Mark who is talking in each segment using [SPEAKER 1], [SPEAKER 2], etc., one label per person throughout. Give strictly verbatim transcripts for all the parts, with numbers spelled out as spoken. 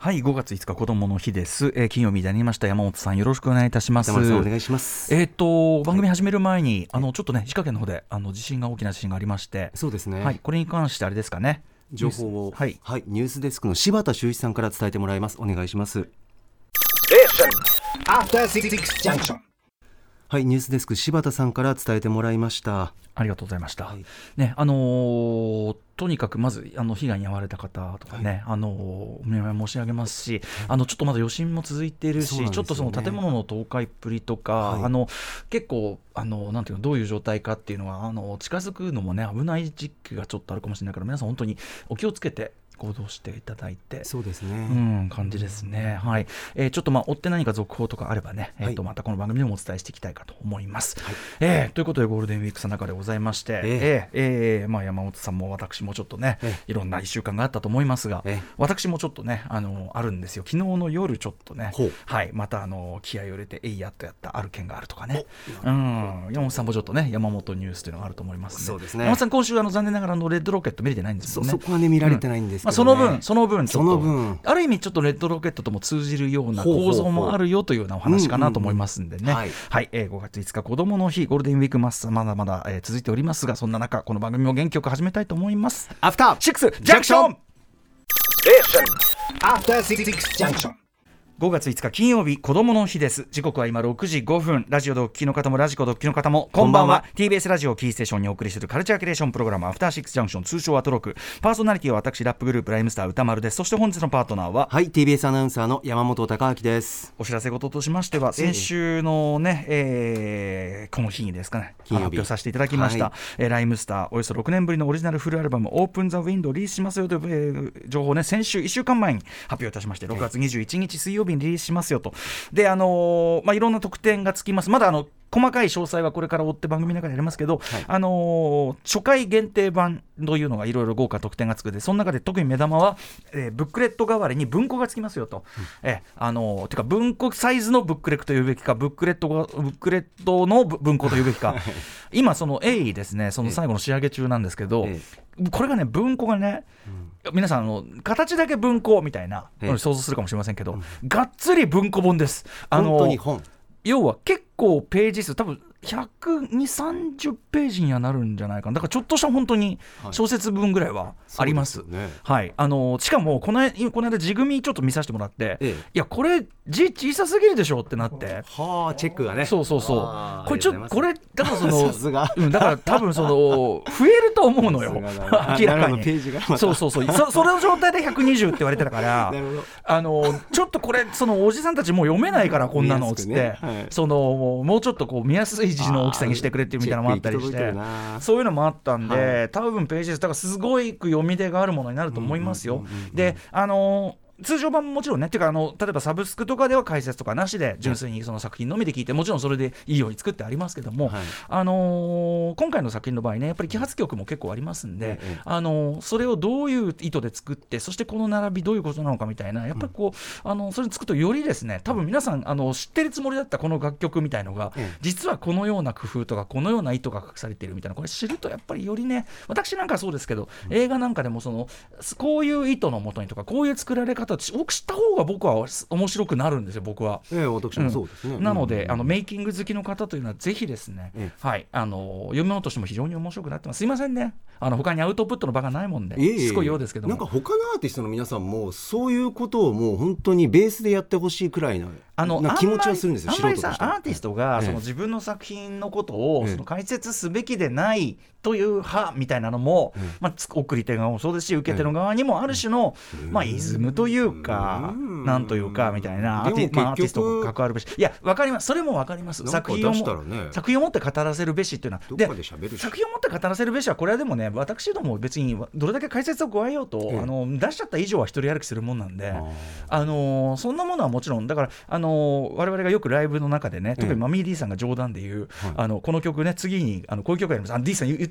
[SPEAKER 1] はい、ごがついつか子どもの日です、えー、金曜日になりました。山本さんよろしくお願いいたします。
[SPEAKER 2] 山本さんお願いします。
[SPEAKER 1] えー、と番組始める前に、はい、あのちょっとね石川県の方であの地震が大きな地震がありまして、
[SPEAKER 2] そうですね、
[SPEAKER 1] はい、これに関してあれですかね、
[SPEAKER 2] 情報を、
[SPEAKER 1] はい
[SPEAKER 2] はい、ニュースデスクの柴田修一さんから伝えてもらいます。お願いします。はい、ニュースデスク柴田さんから伝えてもらいました。
[SPEAKER 1] ありがとうございました、
[SPEAKER 2] はい
[SPEAKER 1] ね、あのー、とにかくまずあの被害に遭われた方とかね、はい、あのお見舞い申し上げますし、はい、あのちょっとまだ余震も続いているし、ね、ちょっとその建物の倒壊っぷりとか、はい、あの結構あのなんていうのどういう状態かっていうのはあの近づくのもね危ない時期がちょっとあるかもしれないから皆さん本当にお気をつけて行動していただいて、
[SPEAKER 2] そうですね、
[SPEAKER 1] うん、感じですね、はい。えー、ちょっとまあ追って何か続報とかあればね、はい、えー、とまたこの番組でもお伝えしていきたいかと思います、はい。えー、ということでゴールデンウィークの中でございまして、えーえーえーまあ、山本さんも私もちょっとね、えー、いろんないっしゅうかんがあったと思いますが、えー、私もちょっとねあのあるんですよ。昨日の夜ちょっとね、はい、またあの気合を入れてえいやっとやったある件があるとかね、うん、山本さんもちょっとね山本ニュースというのがあると思いますので、
[SPEAKER 2] そうですね、
[SPEAKER 1] 山本さん今週あの残念ながらのレッドロケット見れてないんですもんね。
[SPEAKER 2] そ, そこはね見られてないんですけど、ね、
[SPEAKER 1] うん、まあ、その分その分ちょっと
[SPEAKER 2] その分あ
[SPEAKER 1] る意味ちょっとレッドロケットとも通じるような構造もあるよというようなお話かなと思いますんでね、はい、はい、えー、ごがついつか子どもの日ゴールデンウィークマスまだまだ、えー、続いておりますが、そんな中この番組も元気よく始めたいと思います。
[SPEAKER 2] アフター
[SPEAKER 1] シックスジャンクション
[SPEAKER 3] アフターシックスジャンクション
[SPEAKER 1] ごがついつか金曜日子どもの日です。時刻は今ろくじごふん。ラジオでお聞きの方もラジコでお聞きの方もこんばんは。 ティービーエス ラジオキーステーションにお送りするカルチャーキュレーションプログラムアフターシックスジャンクション、通称アトロク。パーソナリティは私ラップグループライムスター歌丸です。そして本日のパートナーは、
[SPEAKER 2] はい、 ティービーエス アナウンサーの山本貴明です。
[SPEAKER 1] お知らせ事としましては先週のね、えー、この日にですかね発表させていただきました、はい、えー、ライムスターおよそろくねんぶりのオリジナルフルアルバムオープンザウィンドをリリースしますよという、えー、情報をね先週いっしゅうかんまえに発表いたしまして、ろくがつにじゅういちにち水曜日にリリースしますよと。であのーまあ、いろんな特典がつきます。まだあの細かい詳細はこれから追って番組の中でやりますけど、はい、あのー、初回限定版というのがいろいろ豪華特典がつくで、その中で特に目玉は、えー、ブックレット代わりに文庫がつきますよと、うん、えー、あのー、てか文庫サイズのブックレットというべきかブックレットがブックレットの文庫というべきか今その鋭意ですねその最後の仕上げ中なんですけど、えー、これがね文庫がね、うん、皆さんあの形だけ文庫みたいな、えー、想像するかもしれませんけど、うん、がっつり文庫本です。あのー、
[SPEAKER 2] 本当に本、要
[SPEAKER 1] は結構ページ数多分ひゃくにじゅう、さんじゅうページにはなるんじゃないかな。だからちょっとした本当に小説分ぐらいはあります、はい、ね、はい、あのしかもこの間、この間字組ちょっと見させてもらって、ええ、いやこれ字小さすぎるでしょってなって、
[SPEAKER 2] はあチェックがね、そう
[SPEAKER 1] そうそうこれちょっとこれだからその
[SPEAKER 2] さすが、
[SPEAKER 1] うん、だから多分その増えると思うのよ明らかに
[SPEAKER 2] ページがまた
[SPEAKER 1] そうそうそう そ, それの状態でひゃくにじゅうって言われてたからあのちょっとこれそのおじさんたちもう読めないからこんなのっつって、ね、はい、そのもうちょっとこう見やすい字の大きさにしてくれっていうみたいなのもあったりして、そういうのもあったんで、はい、多分ページ数だからすごい読み手があるものになると思いますよ。であの通常版ももちろんねっていうかあの例えばサブスクとかでは解説とかなしで純粋にその作品のみで聞いて、もちろんそれでいいように作ってありますけども、はい、あのー、今回の作品の場合ねやっぱり揮発曲も結構ありますんで、うん、あのー、それをどういう意図で作ってそしてこの並びどういうことなのかみたいなやっぱりこう、うん、あのそれに作るとよりですね多分皆さんあの知ってるつもりだったこの楽曲みたいのが、うん、実はこのような工夫とかこのような意図が隠されているみたいなこれ知るとやっぱりよりね私なんかそうですけど、うん、映画なんかでもそのこういう意図のもとにとかこういう作られ方を多く知った方が僕は面白くなるんですよ僕は、
[SPEAKER 2] ええ、私もそうですね、
[SPEAKER 1] うん、なので、うん、あのメイキング好きの方というのはぜひですね、ええ、はい、あの読み物としても非常に面白くなってます。すいませんねあの他にアウトプットの場がないもんで、ええ、しつこいようですけども、
[SPEAKER 2] なんか他のアーティストの皆さんもそういうことをもう本当にベースでやってほしいくらいな
[SPEAKER 1] あの
[SPEAKER 2] な気持ちはするんですよ。
[SPEAKER 1] あんまりさアーティストがその自分の作品のことをその解説すべきでないという派みたいなのも、うんまあ、送り手側もそうですし受け手の側にもある種の、うんまあ、イズムというか、うん、なんというかみたいなアーティ、まあ、アーティストが関わるべし、いや分かります、それも分かります。作品をも、ね、作品を持って語らせるべしっていうのは
[SPEAKER 2] どっかで喋るし、
[SPEAKER 1] 作品を持って語らせるべしはこれはでもね私ども別にどれだけ解説を加えようと、うん、あの出しちゃった以上は一人歩きするもんなんで、ああのそんなものはもちろんだからあの我々がよくライブの中でね特にマミー D さんが冗談で言う、うん、あのこの曲ね次にあのこういう曲があります、あ D さん言っちゃ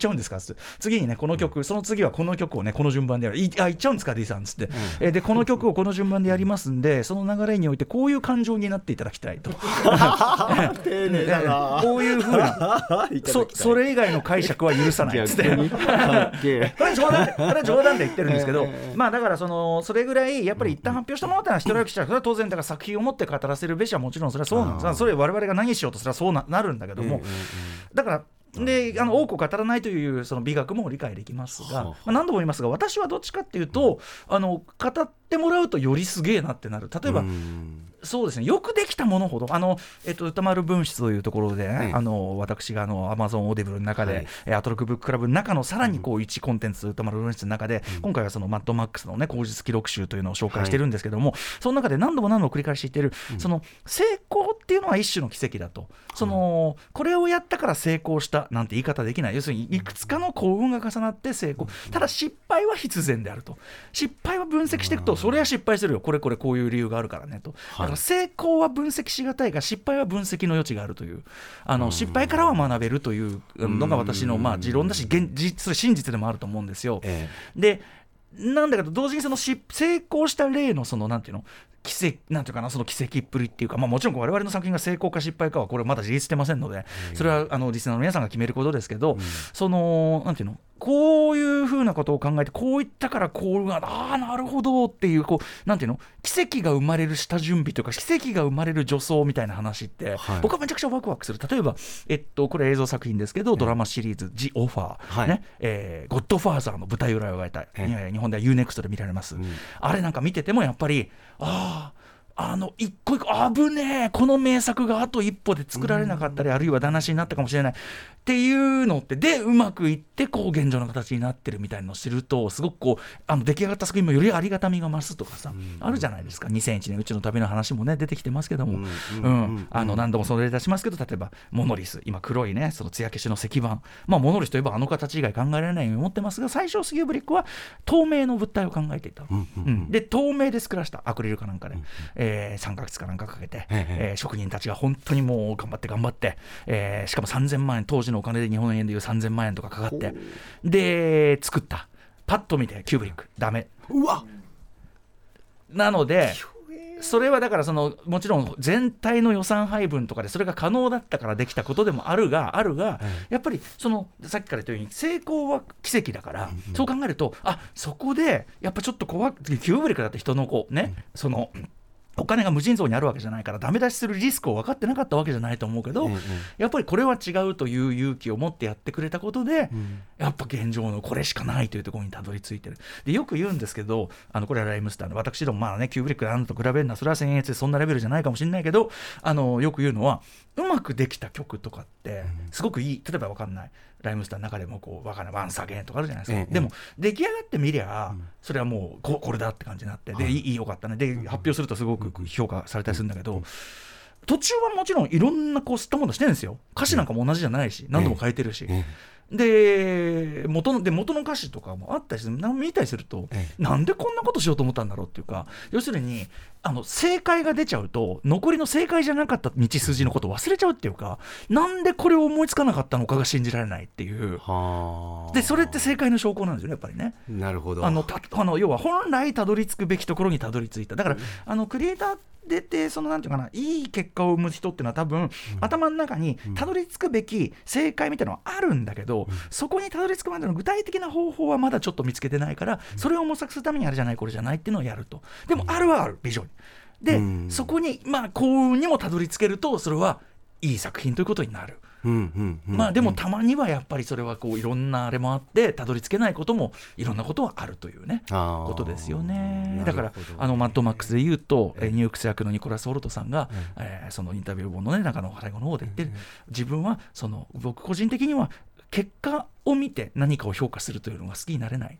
[SPEAKER 1] ちゃうんですかつって次にねこの曲、うん、その次はこの曲をねこの順番でやるいあ言っちゃうんですか D さんつって、うんえー、でこの曲をこの順番でやりますんでその流れにおいてこういう感情になっていただきたいと
[SPEAKER 2] 丁寧だな
[SPEAKER 1] こういう風なそ, それ以外の解釈は許さないっつってこれ冗談でこれ冗談で言ってるんですけど、えー、まあだからそのそれぐらいやっぱり一旦発表したものってのは一人歩きしたらそれは当然だから作品を持って語らせるべしはもちろんそれはそうなんです。それ我々が何しようとすればそう な, なるんだけども、うんうんうん、だからであの多く語らないというその美学も理解できますが、まあ、何度も言いますが私はどっちかっていうとあの語ってもらうとよりすげえなってなる。例えば、うんそうですねよくできたものほどあの、えっと、歌丸分室というところで、ねはい、あの私があの Amazon オーディブルの中で、はい、アトロックブッククラブの中のさらにこういちコンテンツ歌丸分室の中で、うん、今回はそのマッドマックスのね口述記録集というのを紹介してるんですけども、はい、その中で何度も何度も繰り返し言ってる、うん、その成功っていうのは一種の奇跡だと、その、うん、これをやったから成功したなんて言い方できない。要するにいくつかの幸運が重なって成功、ただ失敗は必然であると。失敗は分析していくとそれは失敗するよこれこれこういう理由があるからねと。だから成功は分析しがたいが失敗は分析の余地があるというあの失敗からは学べるというのが私のまあ持論だし現実それ真実でもあると思うんですよ、ええ、でなんだけど同時にそのし成功した例のそのなんていうの奇跡なんていうかなその奇跡っぷりっていうか、まあ、もちろん我々の作品が成功か失敗かはこれまだ自立してませんので、うん、それはあのリスナーの皆さんが決めることですけど、うん、そのなんていうのこういうふうなことを考えてこう言ったからこうがああなるほどっていうこうなんていうの奇跡が生まれる下準備というか奇跡が生まれる助走みたいな話って、はい、僕はめちゃくちゃワクワクする。例えば、えっと、これ映像作品ですけど、ドラマシリーズ「ジ・オファー」はいねえー、ゴッドファーザーの舞台裏を描いた、えー、日本では ユーネクスト で見られます、うん、あれなんか見ててもやっぱりあああの一個一個危ねえこの名作があと一歩で作られなかったり、うん、あるいは台無しになったかもしれないっていうのってでうまくいってこう現状の形になってるみたいなのを知るとすごくこうあの出来上がった作品もよりありがたみが増すとかさ、うん、あるじゃないですか。にせんいちねんうちの旅の話もね出てきてますけども、うんうん、あの何度もそれ出しますけど例えばモノリス今黒いねその艶消しの石板、まあ、モノリスといえばあの形以外考えられないように思ってますが最初スギューブリックは透明の物体を考えていた、うんうんうん、で透明で作らしたアクリルかなんかで、うんえー、さんかげつかなんかかけて、えー、職人たちが本当にもう頑張って頑張って、えー、しかもさんぜんまんえん当時のお金で日本円でいうさんぜんまんえんとかかかってで作ったパッと見てキューブリックダメ
[SPEAKER 2] うわ
[SPEAKER 1] なのでそれはだからそのもちろん全体の予算配分とかでそれが可能だったからできたことでもあるがあるが、うん、やっぱりそのさっきから言ったように成功は奇跡だから、うん、そう考えるとあそこでやっぱちょっと怖くキューブリックだって人のこうね、うん、そのお金が無尽蔵にあるわけじゃないからダメ出しするリスクを分かってなかったわけじゃないと思うけど、うんうん、やっぱりこれは違うという勇気を持ってやってくれたことで、うん、やっぱ現状のこれしかないというところにたどり着いてる。でよく言うんですけどあのこれはライムスターの私どもまあねキューブリックであるのと比べるのはそれは僭越でそんなレベルじゃないかもしれないけどあのよく言うのはうまくできた曲とかってすごくいい例えば分かんないライムスターの中でもこうわかんないワンサゲンとかあるじゃないですか、うんうん、でも出来上がってみりゃ、うん、それはもう こ, これだって感じになってで、はい、いいよかったねで発表するとすごく評価されたりするんだけど、うんうん、途中はもちろんいろんなこう吸ったものしてるんですよ。歌詞なんかも同じじゃないし、うん、何度も変えてるし、うんで 元, ので元の歌詞とかもあったりする見たりすると、ええ、なんでこんなことしようと思ったんだろうっていうか要するにあの正解が出ちゃうと残りの正解じゃなかった道筋のことを忘れちゃうっていうかなんでこれを思いつかなかったのかが信じられないっていうはでそれって正解の証拠なんですよねやっぱりね。
[SPEAKER 2] なるほど。
[SPEAKER 1] あのたあの要は本来たどり着くべきところにたどり着いただから、うん、あのクリエイター出てそのなんていうかないい結果を生む人っていうのは多分、うん、頭の中にたどり着くべき正解みたいなのはあるんだけど、うん、そこにたどり着くまでの具体的な方法はまだちょっと見つけてないから、うん、それを模索するためにあれじゃないこれじゃないっていうのをやると。でもあるはあるビジョンで、うん、そこにまあ幸運にもたどり着けるとそれはいい作品ということになる。うんうんうん、まあでもたまにはやっぱりそれはこういろんなあれもあってたどり着けないこともいろんなことはあるというねことですよね。だからあのマッドマックスで言うと、えー、ニュークス役のニコラス・ホルトさんが、うんえー、そのインタビュー本のね中の最後の方で言ってる、うん、自分はその僕個人的には結果を見て何かを評価するというのが好きになれない。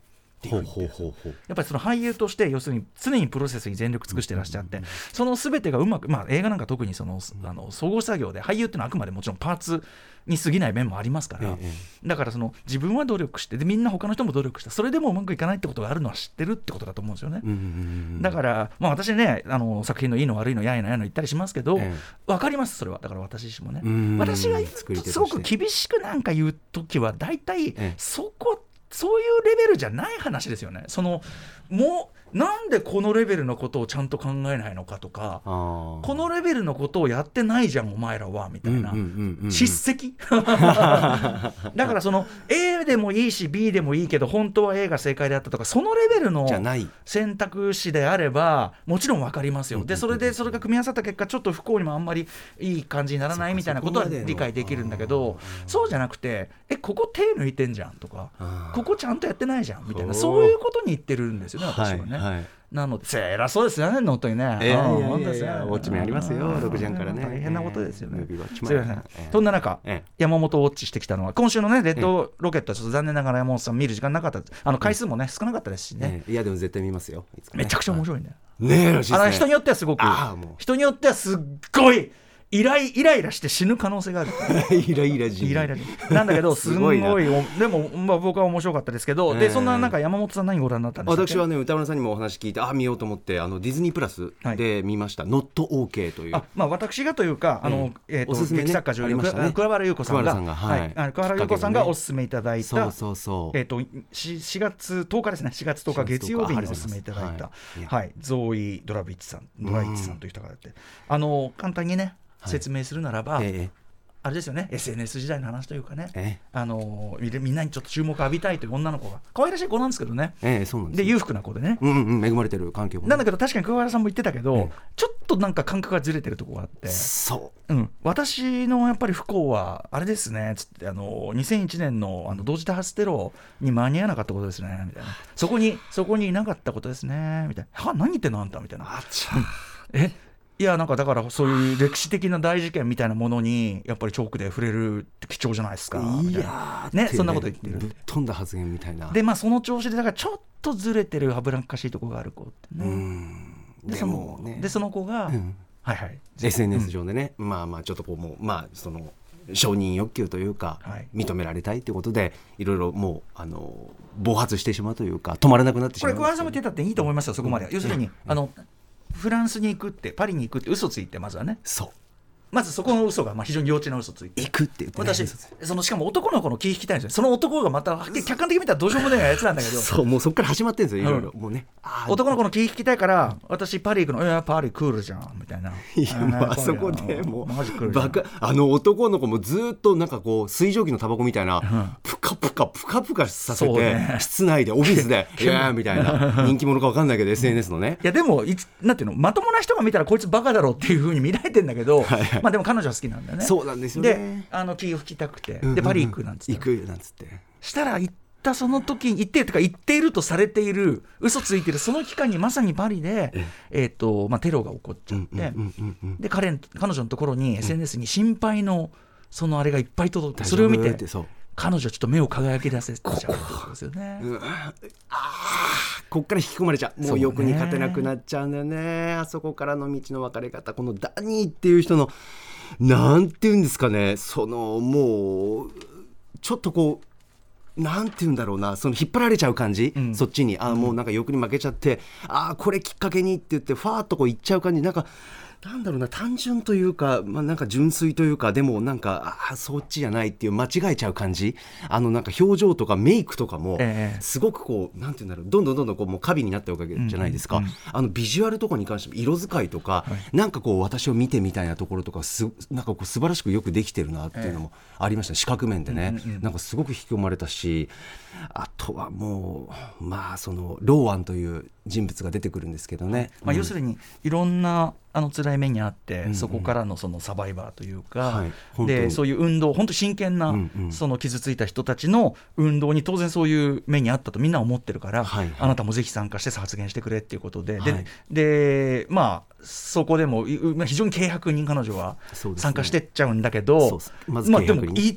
[SPEAKER 1] っていうふうに言ってるんですよ。やっぱりその俳優として要するに常にプロセスに全力尽くしてらっしゃって、うんうんうん、その全てがうまく、まあ、映画なんか特にその、うん、あの総合作業で俳優っていうのはあくまでもちろんパーツに過ぎない面もありますから、ええ、だからその自分は努力してでみんな他の人も努力したそれでもうまくいかないってことがあるのは知ってるってことだと思うんですよね、うんうんうん、だから、まあ、私ねあの作品のいいの悪いのやいのやいの言ったりしますけど、ええ、分かりますそれは。だから私自身もね私がすごく厳しくなんか言うときは大体、ええ、そこそういうレベルじゃない話ですよね。そのもうなんでこのレベルのことをちゃんと考えないのかとかこのレベルのことをやってないじゃんお前らはみたいな、うんうんうんうん、叱責だからその A でもいいし ビー でもいいけど本当は A が正解であったとかそのレベルの選択肢であればもちろん分かりますよ。でそれでそれが組み合わさった結果ちょっと不幸にもあんまりいい感じにならないみたいなことは理解できるんだけどそうじゃなくてえここ手抜いてんじゃんとかここちゃんとやってないじゃんみたいなそういうことに言ってるんですよね私はね、はいはい、なので偉そうですよね本当にね。
[SPEAKER 2] いやいやいやいやウォッチメンありますよろくじはんからね。
[SPEAKER 1] 大変なことですよね、えー、すいません、
[SPEAKER 2] えー、
[SPEAKER 1] そんな中、えー、山本ウォッチしてきたのは今週のねレッドロケットはちょっと残念ながら山本さん見る時間なかったあの回数もね少なかったですしね、
[SPEAKER 2] えー、いやでも絶対見ますよいつか、ね、
[SPEAKER 1] めちゃくちゃ面白いんだよ、
[SPEAKER 2] ねえらしいですね。
[SPEAKER 1] あの人によってはすごく人によってはすっごいイライイライラして死ぬ可能性がある
[SPEAKER 2] イライラ人
[SPEAKER 1] イライラ人なんだけどすごいでも、まあ、僕は面白かったですけど、えー、でそんな中山本さん何ご覧になったんですか。
[SPEAKER 2] 私はね歌村さんにもお話聞いてあ見ようと思ってあのディズニープラスで見ました、はい、ノット オーケー という、
[SPEAKER 1] あ、まあ、私がというかあの、えーえー、とおすすめ、ね、劇作家女優の桑原優子さんが桑原優子さんがおすすめいただいた
[SPEAKER 2] そうそうそう、
[SPEAKER 1] えー、と しがつとおかですねしがつとおか月曜日におすすめいただいた、はいはい、ゾーイ・ドラビッチさんドライッチさんという人がやってあの簡単にね説明するならば、はいええ、あれですよね エスエヌエス 時代の話というかね、ええ、あのみんなにちょっと注目を浴びたいという女の子が可愛らしい子なんですけどね、
[SPEAKER 2] ええ、そうなんです
[SPEAKER 1] で裕福な子でね、
[SPEAKER 2] うんうん、恵まれてる環境、ね、
[SPEAKER 1] なんだけど確かに桑原さんも言ってたけど、ええ、ちょっとなんか感覚がずれてるところがあって
[SPEAKER 2] そう、
[SPEAKER 1] うん、私のやっぱり不幸はあれですねつってあのにせんいちねん の, あの同時多発テロに間に合わなかったことですねみたいなそこにそこにいなかったことですねみたいなは何言ってんのあんたみたいな
[SPEAKER 2] あちゃ
[SPEAKER 1] えいやなんかだからそういう歴史的な大事件みたいなものにやっぱりチョークで触れるって貴重じゃないですか
[SPEAKER 2] いや
[SPEAKER 1] ねそんなこと言ってる
[SPEAKER 2] ぶっ飛んだ発言みたいな
[SPEAKER 1] でまあその調子でだからちょっとずれてる危なっかしいところがある子ってね
[SPEAKER 2] うん
[SPEAKER 1] でそので、ね、でその子が、うん、はいはい
[SPEAKER 2] エスエヌエス 上でね、うん、まあまあちょっとこうもうまあその承認欲求というか、はい、認められたいということでいろいろもうあの暴発してしまうというか止まらなくなってしまう。
[SPEAKER 1] これ桑原さんも言ってたっていいと思いますよそこまで、うん、要するに、うん、あのフランスに行くってパリに行くって嘘ついてまずはね
[SPEAKER 2] そう
[SPEAKER 1] まずそこの嘘がまあ非常に幼稚な嘘ついて
[SPEAKER 2] 行くって言って、ね、
[SPEAKER 1] 私そのしかも男の子の気引きたいんですよ。その男がまた客観的に見たらどうしようもないやつなんだけど
[SPEAKER 2] そうもうそこから始まってるんですよいろいろ、うん、もうね
[SPEAKER 1] 男の子の気引きたいから私パリ行くのいやパリクールじゃんみたいない
[SPEAKER 2] やもうあそこでもうバカあの男の子もずっとなんかこう水蒸気のタバコみたいな、うん、プカプカプカプカさせて、ね、室内でオフィスでいやみたいな人気者か分かんないけど エスエヌエス のね
[SPEAKER 1] いやでもいつなんていうのまともな人が見たらこいつバカだろっていう風に見られてんだけど、はいはい、まあでも彼女は好きなんだよね。
[SPEAKER 2] そうなんですよね。
[SPEAKER 1] であの気を吹きたくて、うんうんうん、でパリ行くなんつって
[SPEAKER 2] 行くなんつって
[SPEAKER 1] したら行ったその時に行ってとか行っているとされている嘘ついてるその期間にまさにパリでえ、えーとまあ、テロが起こっちゃって、うんうんうんうん、で 彼, 彼女のところに エスエヌエス に心配のそのあれがいっぱい届いて、うん、それを見て彼女はちょっと目を輝き出せちゃうってことですよね。
[SPEAKER 2] うん、あこっから引き込まれちゃうもう欲に勝てなくなっちゃうんだよね。あそこからの道の分かれ方このダニーっていう人のなんていうんですかねそのもうちょっとこうなんていうんだろうなその引っ張られちゃう感じ、うん、そっちにあもうなんか欲に負けちゃってあこれきっかけにって言ってファーッとこういっちゃう感じなんかなんだろうな単純というか、まあ、なんか純粋というかでもなんかあそっちじゃないっていう間違えちゃう感じあのなんか表情とかメイクとかもすごくこうなんていうんだろうどんどんどんどんこうもう過敏になっておくわけじゃないですか、うんうんうん、あのビジュアルとかに関しても色使いとか、はい、なんかこう私を見てみたいなところとかすなんかこう素晴らしくよくできてるなっていうのもありました、視覚面でね、うんうんうん、なんかすごく引き込まれたしあとはもうまあそのローアンという人物が出てくるんですけどね、
[SPEAKER 1] まあ、要するにいろんなあの辛い目にあって、うんうん、そこからのそのサバイバーというか、はい、でそういう運動本当真剣な、うんうん、その傷ついた人たちの運動に当然そういう目にあったとみんな思ってるから、はいはい、あなたもぜひ参加して発言してくれっていうことで、はい、で, でまあそこでも非常に軽薄に彼女は参加してっちゃうんだけど、ねまずまあ、でも至っ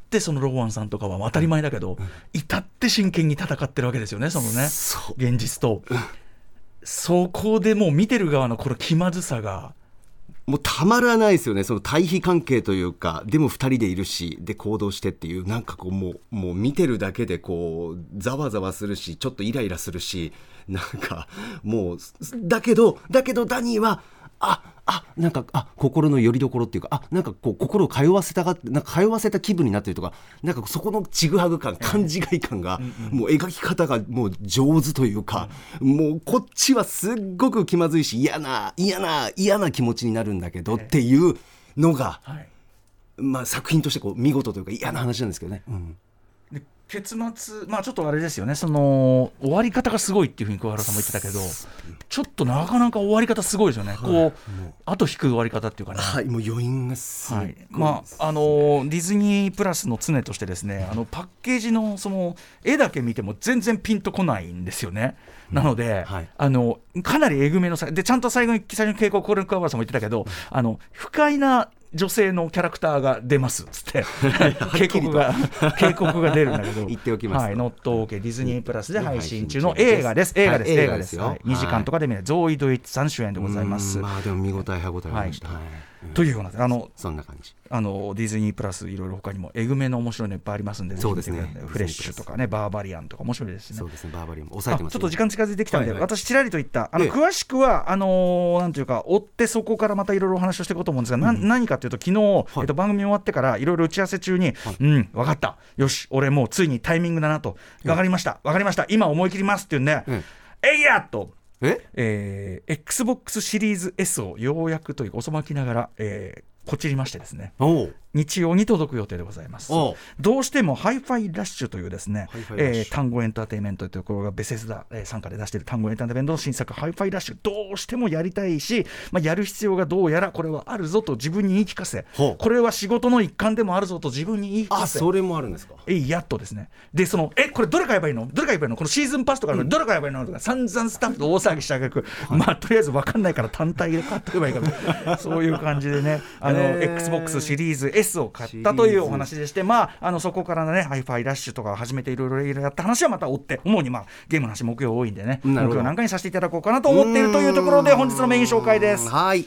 [SPEAKER 1] ってそのローワンさんとかは当たり前だけど、うん、至って真剣に戦ってるわけですよね、そのね現実と、うん、そこでもう見てる側のこの気まずさが
[SPEAKER 2] もうたまらないですよね。その対比関係というか、でもふたりでいるしで行動してっていう、なんかこうもう、もう見てるだけでこうざわざわするし、ちょっとイライラするし、なんかもうだけどだけどダニーはああなんかあ心の拠り所っていうか、あなんかこう心を通わせたがなんか通わせた気分になってるとか、なんかそこのちぐはぐ感、勘違い感が、もう描き方がもう上手というか、もうこっちはすっごく気まずいし嫌な嫌な嫌な気持ちになるんだけどっていうのが、まあ作品としてこう見事というか嫌な話なんですけどね。うん、
[SPEAKER 1] 結末、まあちょっとあれですよね、その終わり方がすごいっていうふうに桑原さんも言ってたけど、ちょっとなかなか終わり方すごいですよね、はい、こう後引く終わり方っていうかね、
[SPEAKER 2] はい、もう余韻がすごい、はい、
[SPEAKER 1] まああのディズニープラスの常としてですね、あのパッケージのその絵だけ見ても全然ピンとこないんですよね。なので、はい、あのかなりえぐめのさで、ちゃんと最後に最初に傾向、これ桑原さんも言ってたけど、あの不快な女性のキャラクターが出ますっつって警告が警告が出るんだけど
[SPEAKER 2] 言っておきます、
[SPEAKER 1] はい、ノットオーケーディズニープラスで配信中の映画です映画です、はい、映画です、はい、にじかんとかで見れる、ゾーイ・ドイッツさん主演でございます。
[SPEAKER 2] まあでも見応え歯応えありました、
[SPEAKER 1] はいはいうん、というようなあの
[SPEAKER 2] そんな感じ、
[SPEAKER 1] あのディズニープラスいろいろ他にもえぐめの面白いのいっぱいありますんで、
[SPEAKER 2] そうですね、
[SPEAKER 1] フレッシュとかね、バーバリアンとか面白いですね。
[SPEAKER 2] そうですね、バーバリアンも抑えてます、ね、
[SPEAKER 1] ちょっと時間近づいてきたので、はいはい、私ちらりと言ったあの、
[SPEAKER 2] ええ、
[SPEAKER 1] 詳しくはあのー、なんていうか追ってそこからまたいろいろお話をしていこうと思うんですが、うん、な何かというと昨日、はいえっと、番組終わってからいろいろ打ち合わせ中に、はい、うん分かった、よし俺もうついにタイミングだなと、分かりました分かりました今思い切りますっていうんで、うん、えいやっとえ、えー、Xbox シリーズ S をようやくというか遅まきながら、えー、こちりましてですね、日曜に届く予定でございます。どうしてもハイファイラッシュというですね、えー、単語エンターテインメントというところがベセスダ、えー、傘下で出している単語エンターテインメントの新作ハイファイラッシュ、どうしてもやりたいし、まあ、やる必要がどうやらこれはあるぞと自分に言い聞かせ、これは仕事の一環でもあるぞと自分に言い聞かせ、
[SPEAKER 2] あそれもあるんですか。
[SPEAKER 1] えやっとですね、でそのえこれどれ買えばいいのどれ買えばいいのこのシーズンパスとか、うん、どれ買えばいいのとか散々スタッフと大騒ぎしたく、はい、まあとりあえず分かんないから単体で買っておけばいいからそういう感じでね、あの、えー、Xbox シリーズ S を買ったというお話でして、まあ、あのそこからねハイファイラッシュとか始めていろいろやった話はまた追って、主に、まあ、ゲームの話木曜多いんでね、木曜なんかにさせていただこうかなと思っているというところで、本日のメイン紹介です。
[SPEAKER 2] はい、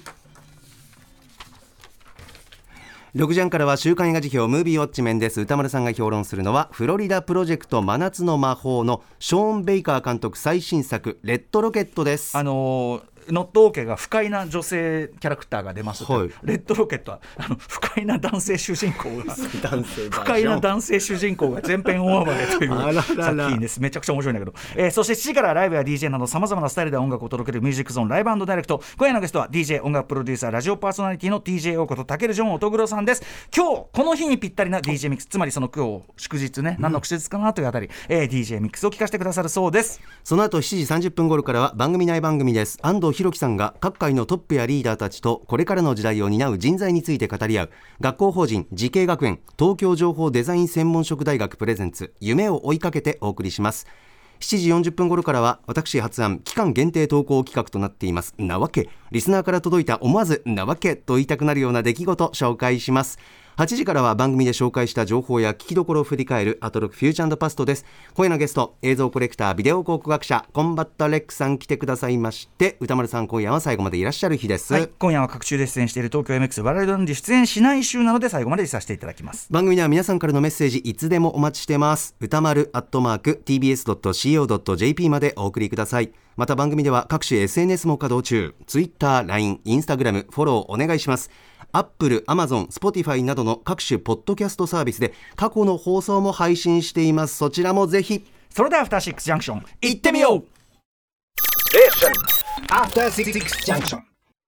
[SPEAKER 2] ろくじはんからは週刊映画辞表ムービーウォッチメンです。歌丸さんが評論するのはフロリダプロジェクト真夏の魔法のショーン・ベイカー監督最新作レッドロケットです。
[SPEAKER 1] あのーノットオーケーが不快な女性キャラクターが出ます、はい、レッドロケットはあの不快な男性主人公が不快な男性主人公が全編大暴れという作品です。めちゃくちゃ面白いんだけど、えー、そしてしちじからライブや ディージェー などさまざまなスタイルで音楽を届けるミュージックゾーンライブ&ダイレクト。今夜のゲストは ディージェー 音楽プロデューサーラジオパーソナリティの ティージェー 王ことタケルジョン乙黒さんです。今日この日にぴったりな ディージェー ミックス、つまりその今日祝日ね、何の祝日かなというあたり、えー、ディージェー ミックスを聞かせてくださるそうです。
[SPEAKER 2] その後しちじさんじゅっぷん頃からは番組内番組です。安藤弘樹さんが各界のトップやリーダーたちとこれからの時代を担う人材について語り合う学校法人慈恵学園東京情報デザイン専門職大学プレゼンツ夢を追いかけてお送りします。しちじよんじゅっぷん頃からは私発案期間限定投稿企画となっていますなわけ、リスナーから届いた思わずなわけと言いたくなるような出来事紹介します。はちじからは番組で紹介した情報や聞きどころを振り返るアトロクフューチャー&パストです。今夜のゲスト、映像コレクタービデオ考古学者コンバットレックさん来てくださいまして、歌丸さん今夜は最後までいらっしゃる日です、はい、
[SPEAKER 1] 今夜は各週で出演している東京 エムエックス ワライドランジ出演しない週なので最後までさせていただきます。
[SPEAKER 2] 番組では皆さんからのメッセージいつでもお待ちしてます。歌丸アットマーク ティービーエスドットシーオードットジェーピー までお送りください。また番組では各種 エスエヌエス も稼働中、 Twitter、ライン、Instagram フォローお願いします。アップル、アマゾン、スポティファイなどの各種ポッドキャストサービスで過去の放送も配信しています。そちらもぜひ。
[SPEAKER 1] それではアフターシックスジャンクション行ってみよう。アフターシックスジャンクション。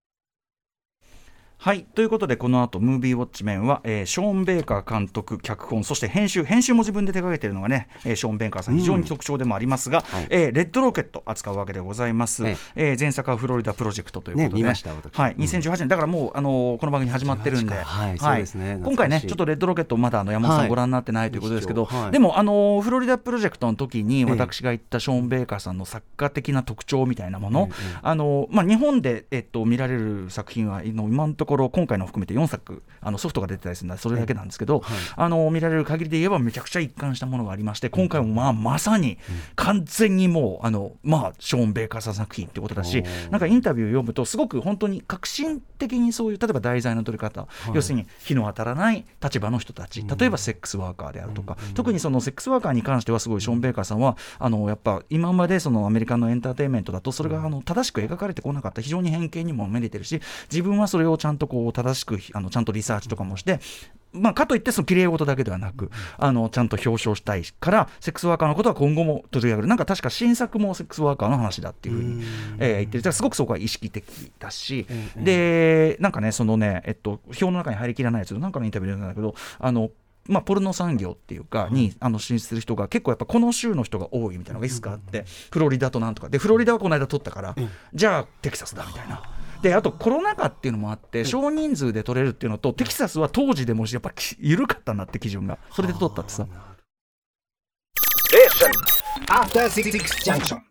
[SPEAKER 1] はい、ということでこの後ムービーウォッチメンは、えー、ショーン・ベイカー監督脚本、そして編集編集も自分で手掛けているのがね、えー、ショーン・ベイカーさん非常に特徴でもありますが、うんはいえー、レッドロケット扱うわけでございます、ええー、前作はフロリダプロジェクトということで、ね、
[SPEAKER 2] 見ました私、
[SPEAKER 1] はい、にせんじゅうはちねんだからもう、あのー、この番組始まってるんで、はいはい、今回ねちょっとレッドロケットまだあの山本さんご覧になってないということですけど、はい、でも、あのー、フロリダプロジェクトの時に私が言ったショーン・ベイカーさんの作家的な特徴みたいなもの、ええあのーまあ、日本で、えっと、見られる作品は今のところころ今回の含めてよんさくあのソフトが出てたりするんだそれだけなんですけど、はい、あの見られる限りで言えばめちゃくちゃ一貫したものがありまして、今回もまあまさに完全にもうあの、まあ、ショーン・ベイカーさん作品ってことだし、なんかインタビューを読むとすごく本当に革新的にそういう例えば題材の取り方、はい、要するに日の当たらない立場の人たち、例えばセックスワーカーであるとか、うん、特にそのセックスワーカーに関してはすごいショーン・ベイカーさんはあのやっぱ今までそのアメリカのエンターテインメントだとそれがあの正しく描かれてこなかった、非常に偏見にもめれてるし、自分はそれをちゃんとこう正しくあのちゃんとリサーチとかもして、まあ、かといってその綺麗事だけではなくあのちゃんと表彰したいからセックスワーカーのことは今後も取り上げる、なんか確か新作もセックスワーカーの話だっていうふうに、えー、言ってる。すごくそこは意識的だし、でなんかねそのね、えっと、表の中に入りきらないやつなんかのインタビューでなんだけど、あのまあ、ポルノ産業っていうかに、あの進出する人が結構やっぱこの州の人が多いみたいなのがいくつかあって、フロリダとなんとかでフロリダはこの間取ったから、じゃあテキサスだみたいな。であとコロナ禍っていうのもあって少人数で取れるっていうのと、テキサスは当時でもやっぱ緩かったなって基準が、それで取ったってさ。